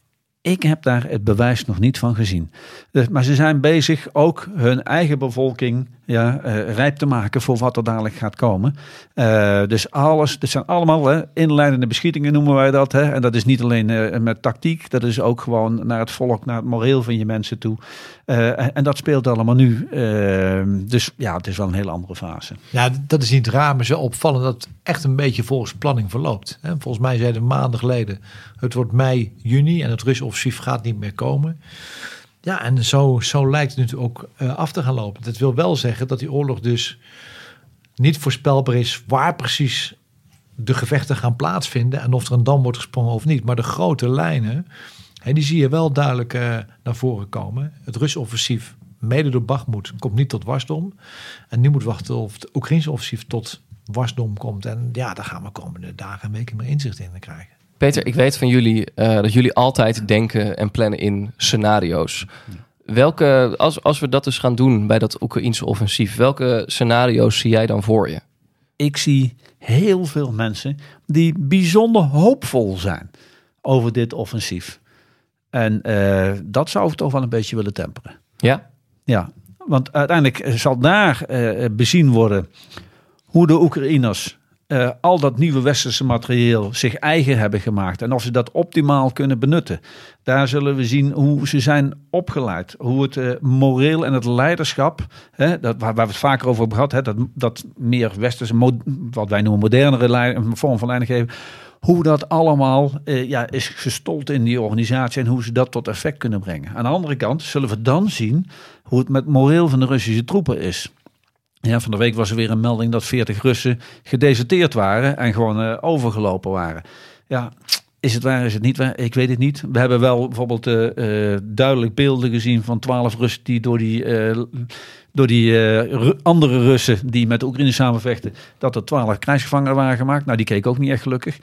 Ik heb daar het bewijs nog niet van gezien. Maar ze zijn bezig ook hun eigen bevolking rijp te maken voor wat er dadelijk gaat komen. Dus dit zijn allemaal inleidende beschietingen noemen wij dat. En dat is niet alleen met tactiek, dat is ook gewoon naar het volk, naar het moreel van je mensen toe. En dat speelt allemaal nu. Dus ja, het is wel een hele andere fase. Ja, dat is niet raar, maar zo opvallend dat het echt een beetje volgens planning verloopt. Volgens mij zeiden maanden geleden, het wordt mei, juni en het Russische offensief gaat niet meer komen. Ja, en zo lijkt het nu ook af te gaan lopen. Dat wil wel zeggen dat die oorlog dus niet voorspelbaar is waar precies de gevechten gaan plaatsvinden en of er een dam wordt gesprongen of niet. Maar de grote lijnen, die zie je wel duidelijk naar voren komen. Het Russische offensief, mede door Bakhmut, komt niet tot Wasdom. En nu moet wachten of het Oekraïnse offensief tot Wasdom komt. En ja, daar gaan we komende dagen en weken meer inzicht in krijgen. Peter, ik weet van jullie dat jullie altijd denken en plannen in scenario's. Welke, als we dat dus gaan doen bij dat Oekraïense offensief, welke scenario's zie jij dan voor je? Ik zie heel veel mensen die bijzonder hoopvol zijn over dit offensief. En dat zou ik toch wel een beetje willen temperen. Ja? Ja, want uiteindelijk zal daar bezien worden hoe de Oekraïners al dat nieuwe westerse materieel zich eigen hebben gemaakt. En of ze dat optimaal kunnen benutten. Daar zullen we zien hoe ze zijn opgeleid. Hoe het moreel en het leiderschap, waar we het vaker over hebben gehad. Dat meer westerse, wat wij noemen modernere vorm van leidinggeven. Hoe dat allemaal is gestold in die organisatie en hoe ze dat tot effect kunnen brengen. Aan de andere kant zullen we dan zien hoe het met moreel van de Russische troepen is. Ja, van de week was er weer een melding dat 40 Russen gedeserteerd waren en gewoon overgelopen waren. Ja, is het waar, is het niet waar? Ik weet het niet. We hebben wel bijvoorbeeld duidelijk beelden gezien van 12 Russen die door die andere Russen die met de Oekraïne samenvechten, dat er 12 krijgsgevangenen waren gemaakt. Nou, die keken ook niet echt gelukkig.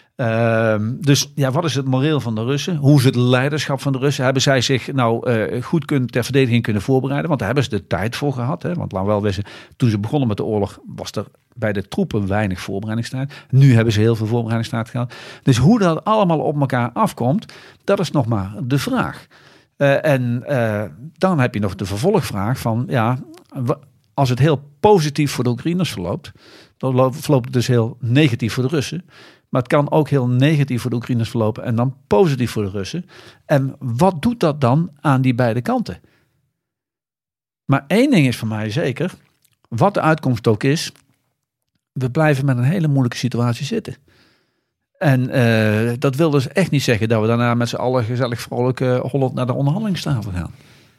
Dus ja, wat is het moreel van de Russen? Hoe is het leiderschap van de Russen? Hebben zij zich goed ter verdediging kunnen voorbereiden? Want daar hebben ze de tijd voor gehad. Hè? Want laten we wel wezen, toen ze begonnen met de oorlog was er bij de troepen weinig voorbereidingstijd. Nu hebben ze heel veel voorbereidingstijd gehad. Dus hoe dat allemaal op elkaar afkomt, dat is nog maar de vraag. Dan heb je nog de vervolgvraag van, ja, als het heel positief voor de Oekraïners verloopt, dan verloopt het dus heel negatief voor de Russen. Maar het kan ook heel negatief voor de Oekraïners verlopen en dan positief voor de Russen. En wat doet dat dan aan die beide kanten? Maar één ding is voor mij zeker, wat de uitkomst ook is, we blijven met een hele moeilijke situatie zitten. En dat wil dus echt niet zeggen dat we daarna met z'n allen gezellig vrolijk hollend naar de onderhandelingstafel gaan.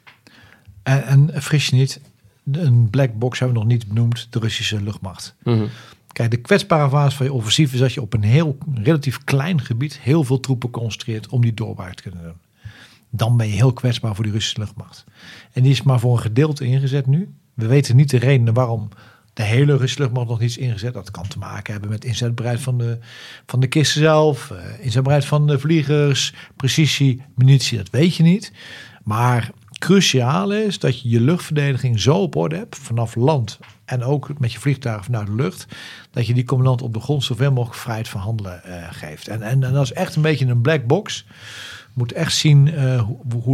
En fris je niet, een black box hebben we nog niet benoemd, de Russische luchtmacht. Mm-hmm. Kijk, de kwetsbare fase van je offensief is dat je op een heel relatief klein gebied heel veel troepen concentreert om die doorbraak te kunnen doen. Dan ben je heel kwetsbaar voor die Russische luchtmacht. En die is maar voor een gedeelte ingezet nu. We weten niet de redenen waarom de hele Russische luchtmacht nog niet is ingezet. Dat kan te maken hebben met inzetbaarheid van de kisten zelf, inzetbaarheid van de vliegers, precisie, munitie, dat weet je niet. Maar cruciaal is dat je je luchtverdediging zo op orde hebt, vanaf land en ook met je vliegtuigen vanuit de lucht, dat je die commandant op de grond zoveel mogelijk vrijheid van handelen geeft. En dat is echt een beetje een black box. Je moet echt zien hoe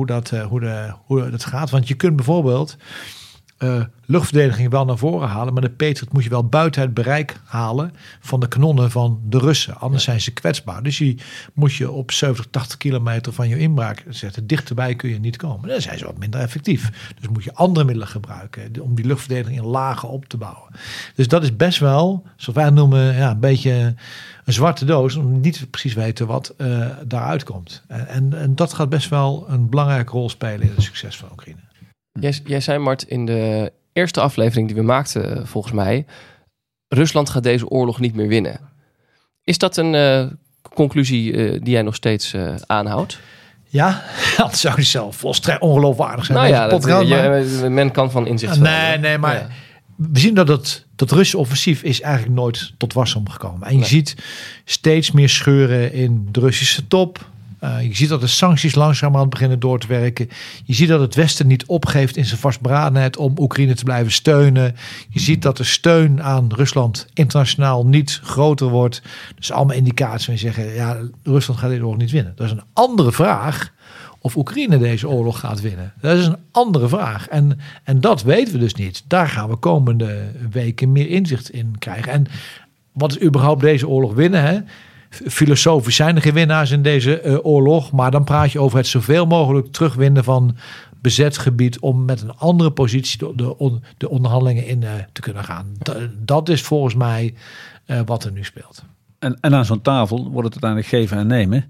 dat gaat. Want je kunt bijvoorbeeld luchtverdediging wel naar voren halen, maar de Patriot moet je wel buiten het bereik halen van de kanonnen van de Russen. Anders zijn ze kwetsbaar. Dus die moet je op 70, 80 kilometer van je inbraak zetten. Dichterbij kun je niet komen. Dan zijn ze wat minder effectief. Dus moet je andere middelen gebruiken om die luchtverdediging in lagen op te bouwen. Dus dat is best wel, zoals wij noemen, een beetje een zwarte doos, om niet precies weten wat daaruit komt. En dat gaat best wel een belangrijke rol spelen in het succes van Oekraïne. Jij zei, Mart, in de eerste aflevering die we maakten, volgens mij, Rusland gaat deze oorlog niet meer winnen. Is dat een conclusie die jij nog steeds aanhoudt? Ja, dat zou niet zelf volstrekt ongeloofwaardig zijn. Men kan van inzicht Nee, maar... Ja. We zien dat Russische offensief is eigenlijk nooit tot wasdom gekomen. En je ziet steeds meer scheuren in de Russische top. Je ziet dat de sancties langzamerhand beginnen door te werken. Je ziet dat het Westen niet opgeeft in zijn vastberadenheid om Oekraïne te blijven steunen. Je ziet dat de steun aan Rusland internationaal niet groter wordt. Dus allemaal indicaties van zeggen, Rusland gaat deze oorlog niet winnen. Dat is een andere vraag of Oekraïne deze oorlog gaat winnen. Dat is een andere vraag. En dat weten we dus niet. Daar gaan we komende weken meer inzicht in krijgen. En wat is überhaupt deze oorlog winnen? Hè? Filosofisch zijn er geen winnaars in deze oorlog. Maar dan praat je over het zoveel mogelijk terugwinnen van bezet gebied om met een andere positie de onderhandelingen in te kunnen gaan. Dat is volgens mij wat er nu speelt. En aan zo'n tafel wordt het uiteindelijk geven en nemen.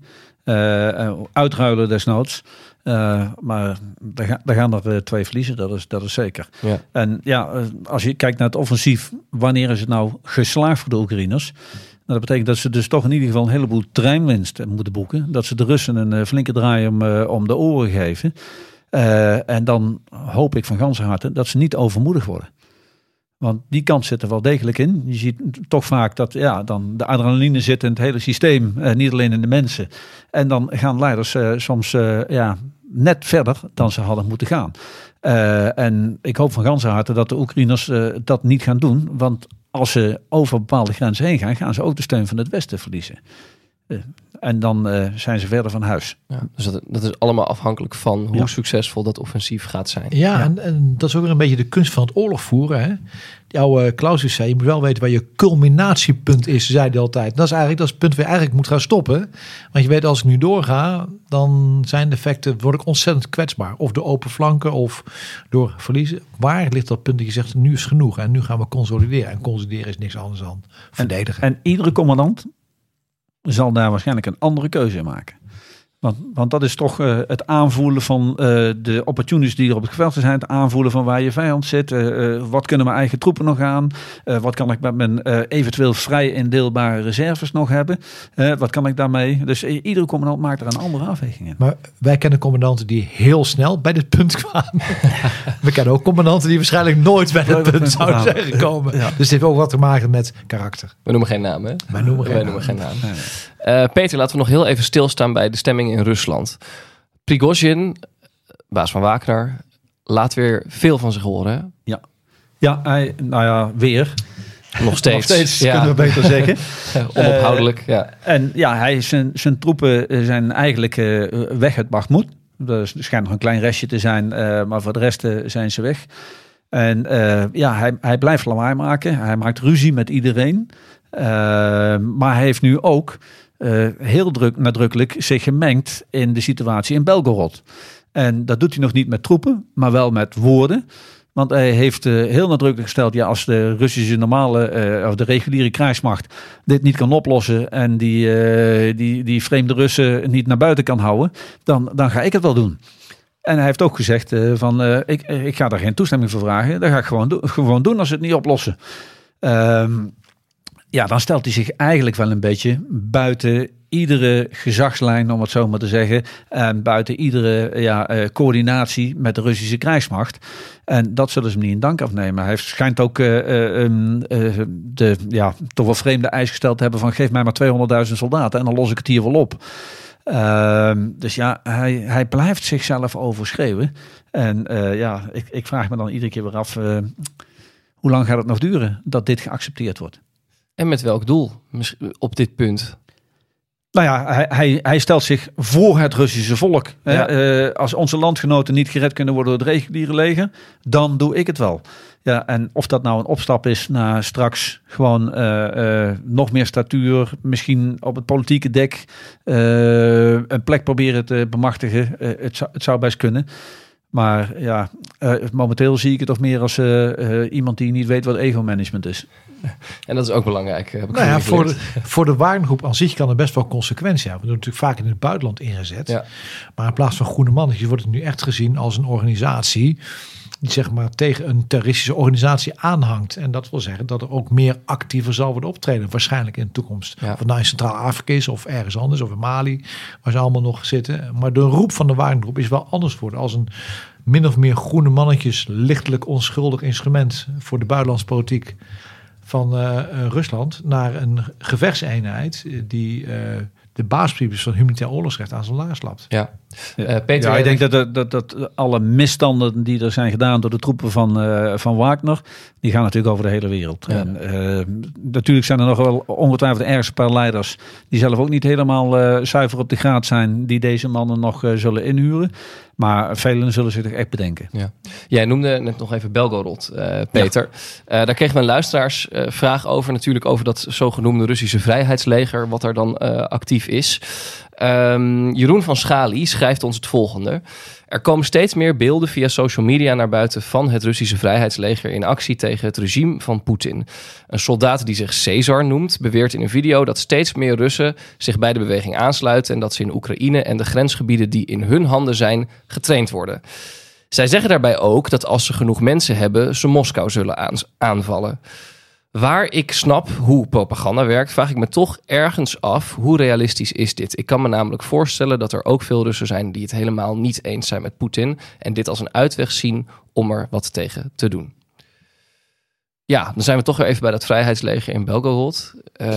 Uitruilen desnoods. Maar daar gaan er 2 verliezen, dat is zeker. Ja. En als je kijkt naar het offensief, wanneer is het nou geslaagd voor de Oekraïners? Dat betekent dat ze dus toch in ieder geval een heleboel treinwinst moeten boeken. Dat ze de Russen een flinke draai om de oren geven. En dan hoop ik van ganse harte dat ze niet overmoedig worden. Want die kant zit er wel degelijk in. Je ziet toch vaak dat dan de adrenaline zit in het hele systeem. Niet alleen in de mensen. En dan gaan leiders soms net verder dan ze hadden moeten gaan. En ik hoop van ganse harte dat de Oekraïners dat niet gaan doen. Want als ze over bepaalde grenzen heen gaan, gaan ze ook de steun van het Westen verliezen. En dan zijn ze verder van huis. Ja, dus dat is allemaal afhankelijk van hoe succesvol dat offensief gaat zijn. Ja. En dat is ook weer een beetje de kunst van het oorlog voeren. Hè? Jouw Clausius zei, je moet wel weten waar je culminatiepunt is, zei hij altijd. Dat is het punt waar je eigenlijk moet gaan stoppen. Want je weet, als ik nu doorga, dan zijn de effecten, word ik ontzettend kwetsbaar. Of door open flanken of door verliezen. Waar ligt dat punt dat je zegt, nu is genoeg en nu gaan we consolideren. En consolideren is niks anders dan verdedigen. En iedere commandant zal daar waarschijnlijk een andere keuze in maken. Want dat is toch het aanvoelen van de opportunities die er op het veld zijn. Het aanvoelen van waar je vijand zit. Wat kunnen mijn eigen troepen nog aan? Wat kan ik met mijn eventueel vrij indeelbare reserves nog hebben? Wat kan ik daarmee? Dus iedere commandant maakt er een andere afweging in. Maar wij kennen commandanten die heel snel bij dit punt kwamen. We kennen ook commandanten die waarschijnlijk nooit bij dit punt zouden zijn gekomen. Ja. Dus dit heeft ook wat te maken met karakter. We noemen geen naam, hè? Wij noemen geen naam. Nee. Peter, laten we nog heel even stilstaan bij de stemming in Rusland. Prigozhin, baas van Wagner, laat weer veel van zich horen. Hè? Ja, hij, weer. Nog steeds kunnen we beter zeggen. Onophoudelijk, En zijn troepen zijn eigenlijk weg uit Bakhmut. Er schijnt nog een klein restje te zijn, maar voor de rest zijn ze weg. En hij blijft lawaai maken. Hij maakt ruzie met iedereen. Maar hij heeft nu ook heel nadrukkelijk zich gemengd in de situatie in Belgorod. En dat doet hij nog niet met troepen, maar wel met woorden. Want hij heeft heel nadrukkelijk gesteld, als de Russische normale of de reguliere krijgsmacht dit niet kan oplossen en die vreemde Russen niet naar buiten kan houden, dan ga ik het wel doen. En hij heeft ook gezegd ik ga daar geen toestemming voor vragen. Dat ga ik gewoon doen als ze het niet oplossen. Dan stelt hij zich eigenlijk wel een beetje buiten iedere gezagslijn, om het zo maar te zeggen. En buiten iedere coördinatie met de Russische krijgsmacht. En dat zullen ze hem niet in dank afnemen. Hij schijnt ook toch wel vreemde eis gesteld te hebben van geef mij maar 200.000 soldaten en dan los ik het hier wel op. Dus hij blijft zichzelf overschreeuwen. En ik vraag me dan iedere keer weer af, hoe lang gaat het nog duren dat dit geaccepteerd wordt? En met welk doel op dit punt? Hij stelt zich voor het Russische volk. Ja. Als onze landgenoten niet gered kunnen worden door het reguliere leger, dan doe ik het wel. Ja, en of dat nou een opstap is naar straks gewoon nog meer statuur, misschien op het politieke dek een plek proberen te bemachtigen. Het zou best kunnen. Maar ja, momenteel zie ik het toch meer als iemand die niet weet wat ego-management is. En dat is ook belangrijk. Heb ik voor de waardengroep aan zich kan er best wel consequentie hebben. We doen natuurlijk vaak in het buitenland ingezet. Ja. Maar in plaats van groene mannetjes wordt het nu echt gezien als een organisatie die zeg maar tegen een terroristische organisatie aanhangt. En dat wil zeggen dat er ook meer actiever zal worden optreden. Waarschijnlijk in de toekomst. Ja. Of het nou in Centraal-Afrika is of ergens anders. Of in Mali, waar ze allemaal nog zitten. Maar de roep van de waardengroep is wel anders geworden. Als een min of meer groene mannetjes lichtelijk onschuldig instrument voor de buitenlandspolitiek van Rusland naar een gevechtseenheid die de basisprincipes van humanitair oorlogsrecht aan zijn laars lapt. Ja. Peter, ik denk dat alle misstanden die er zijn gedaan door de troepen van Wagner, die gaan natuurlijk over de hele wereld. Ja. En natuurlijk zijn er nog wel ongetwijfeld ergens een paar leiders die zelf ook niet helemaal zuiver op de graad zijn, die deze mannen nog zullen inhuren. Maar velen zullen zich echt bedenken. Ja. Jij noemde net nog even Belgorod, Peter. Ja. Daar kregen we een luisteraarsvraag over. Natuurlijk over dat zogenoemde Russische vrijheidsleger, wat er dan actief is. Jeroen van Schali schrijft ons het volgende. Er komen steeds meer beelden via social media naar buiten van het Russische vrijheidsleger in actie tegen het regime van Poetin. Een soldaat die zich Caesar noemt, beweert in een video dat steeds meer Russen zich bij de beweging aansluiten en dat ze in Oekraïne en de grensgebieden die in hun handen zijn, getraind worden. Zij zeggen daarbij ook dat als ze genoeg mensen hebben, ze Moskou zullen aanvallen. Waar ik snap hoe propaganda werkt, vraag ik me toch ergens af hoe realistisch is dit. Ik kan me namelijk voorstellen dat er ook veel Russen zijn die het helemaal niet eens zijn met Poetin en dit als een uitweg zien om er wat tegen te doen. Ja, dan zijn we toch weer even bij dat vrijheidsleger in Belgorod.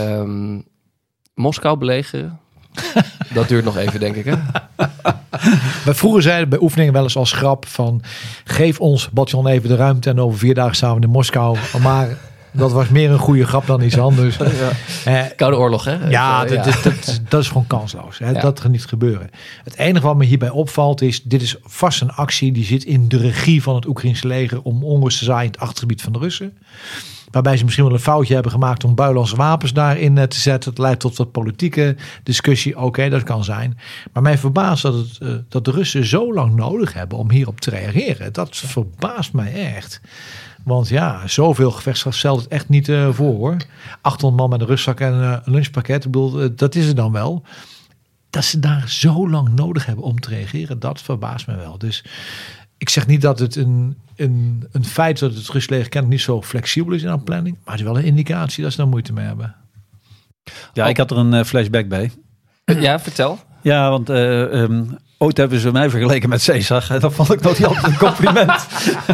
Moskou belegeren. Dat duurt nog even, denk ik, hè? Vroeger zeiden bij oefeningen wel eens als grap van geef ons bataljon even de ruimte en over 4 dagen staan we in Moskou. Maar dat was meer een goede grap dan iets anders. Koude oorlog, hè? Ja, dat is gewoon kansloos. Hè? Ja. Dat gaat niet gebeuren. Het enige wat me hierbij opvalt is, dit is vast een actie die zit in de regie van het Oekraïnse leger om onrust te zaaien in het achtergebied van de Russen. Waarbij ze misschien wel een foutje hebben gemaakt om buitenlandse wapens daarin te zetten. Het leidt tot wat politieke discussie. Oké, dat kan zijn. Maar mij verbaast dat de Russen zo lang nodig hebben om hierop te reageren. Dat verbaast mij echt. Want ja, zoveel gevechtskracht stelt het echt niet voor, hoor. 800 man met een rugzak en een lunchpakket. Ik bedoel, dat is het dan wel. Dat ze daar zo lang nodig hebben om te reageren, dat verbaast me wel. Dus ik zeg niet dat het een feit dat het Russische leger kent niet zo flexibel is in haar planning. Maar het is wel een indicatie dat ze daar moeite mee hebben. Ja, ik had er een flashback bij. Ja, vertel. Ja, want ooit hebben ze mij vergeleken met Caesar. En dat vond ik nog niet altijd een compliment.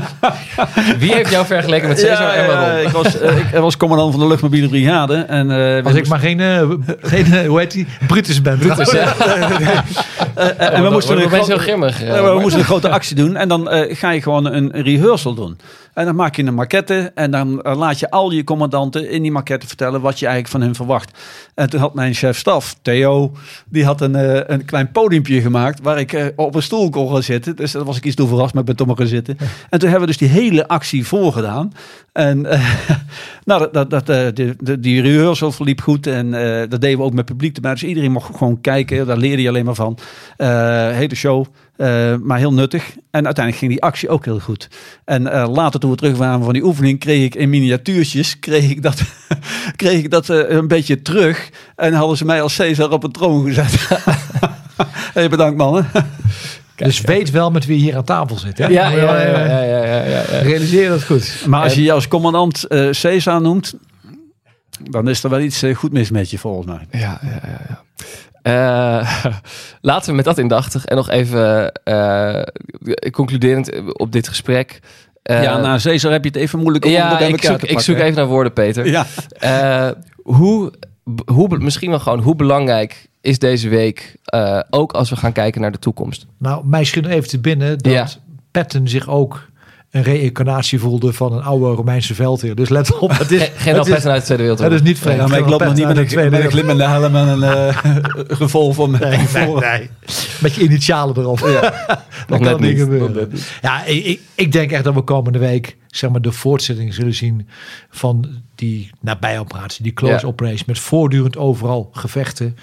Wie heeft jou vergeleken met Caesar en waarom? Ik was commandant van de luchtmobiele brigade. En, als ik maar geen hoe heet die? Brutus ben. Brutus, ja. En we moesten een grote actie doen. En dan ga je gewoon een rehearsal doen. En dan maak je een maquette en dan laat je al je commandanten in die maquette vertellen wat je eigenlijk van hen verwacht. En toen had mijn chef-staf, Theo, die had een klein podiumpje gemaakt waar ik op een stoel kon gaan zitten. Dus dat was ik iets toe verrast, maar ik ben toch maar gaan zitten. En toen hebben we dus die hele actie voorgedaan. En die rehearsal verliep goed en dat deden we ook met publiek erbij. Dus iedereen mocht gewoon kijken, daar leerde je alleen maar van. Hele show. Maar heel nuttig. En uiteindelijk ging die actie ook heel goed. En later toen we terug waren van die oefening, kreeg ik in miniatuurtjes dat een beetje terug. En hadden ze mij als Caesar op een troon gezet. Hey, bedankt mannen. Dus weet wel met wie hier aan tafel zit. Hè? Ja. Realiseer dat goed. Maar als je je als commandant Caesar noemt, dan is er wel iets goed mis met je volgens mij. Ja. Laten we met dat indachtig en nog even concluderend op dit gesprek. Na Caesar heb je het even moeilijk om dat bij elkaar te pakken. Ik zoek even naar woorden, Peter. Ja. Misschien wel gewoon, hoe belangrijk is deze week, ook als we gaan kijken naar de toekomst? Nou, mij schiet even te binnen dat Patton zich ook een reïncarnatie voelde van een oude Romeinse veldheer. Dus let op. Het is, geen Patton uit de Tweede Wereldoorlog. Het is niet vreemd. Maar ik loop nog niet met een glimmende helm en een revolver. Nee. Met je initialen erop. Ja. Dat kan niet gebeuren. Ja, ik denk echt dat we komende week zeg maar de voortzetting zullen zien van die nabijoperatie, die close operation met voortdurend overal gevechten.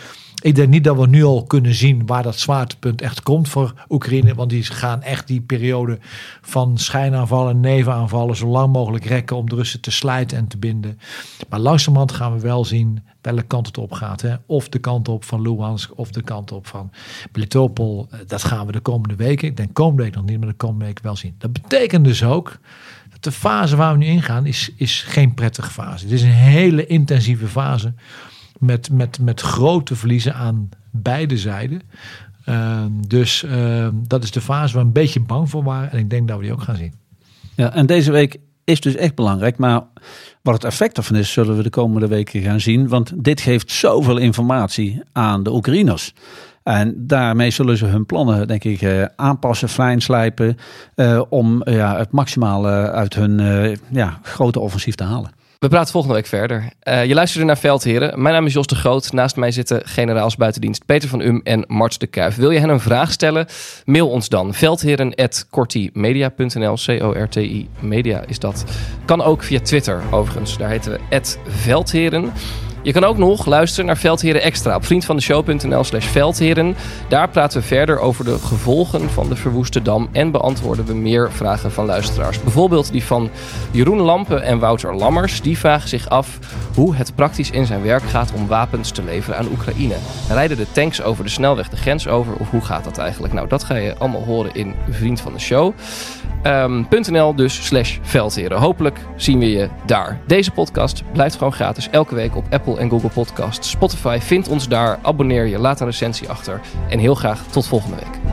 Ik denk niet dat we nu al kunnen zien waar dat zwaartepunt echt komt voor Oekraïne. Want die gaan echt die periode van schijnaanvallen, nevenaanvallen zo lang mogelijk rekken om de Russen te slijten en te binden. Maar langzamerhand gaan we wel zien welke kant het op gaat. Hè? Of de kant op van Luhansk of de kant op van Melitopol. Dat gaan we de komende weken, ik denk komende week nog niet, maar de komende week wel zien. Dat betekent dus ook dat de fase waar we nu ingaan is geen prettige fase. Het is een hele intensieve fase met grote verliezen aan beide zijden. Dus dat is de fase waar we een beetje bang voor waren. En ik denk dat we die ook gaan zien. Ja, en deze week is dus echt belangrijk. Maar wat het effect ervan is, zullen we de komende weken gaan zien. Want dit geeft zoveel informatie aan de Oekraïners. En daarmee zullen ze hun plannen, denk ik, aanpassen, fijn slijpen. Om het maximale uit hun grote offensief te halen. We praten volgende week verder. Je luisterde naar Veldheren. Mijn naam is Jos de Groot. Naast mij zitten generaals buitendienst Peter van Um en Mart de Kruijf. Wil je hen een vraag stellen? Mail ons dan. veldheren@cortimedia.nl. CORTI Media is dat. Kan ook via Twitter overigens. Daar heten we @Veldheren. Je kan ook nog luisteren naar Veldheren Extra op vriendvandeshow.nl/Veldheren. Daar praten we verder over de gevolgen van de verwoeste dam en beantwoorden we meer vragen van luisteraars. Bijvoorbeeld die van Jeroen Lampen en Wouter Lammers. Die vragen zich af hoe het praktisch in zijn werk gaat om wapens te leveren aan Oekraïne. Rijden de tanks over de snelweg de grens over of hoe gaat dat eigenlijk? Nou, dat ga je allemaal horen in Vriend van de Show. .nl dus /Veldheren. Hopelijk zien we je daar. Deze podcast blijft gewoon gratis elke week op Apple en Google Podcasts. Spotify, vind ons daar, abonneer je, laat een recensie achter. En heel graag tot volgende week.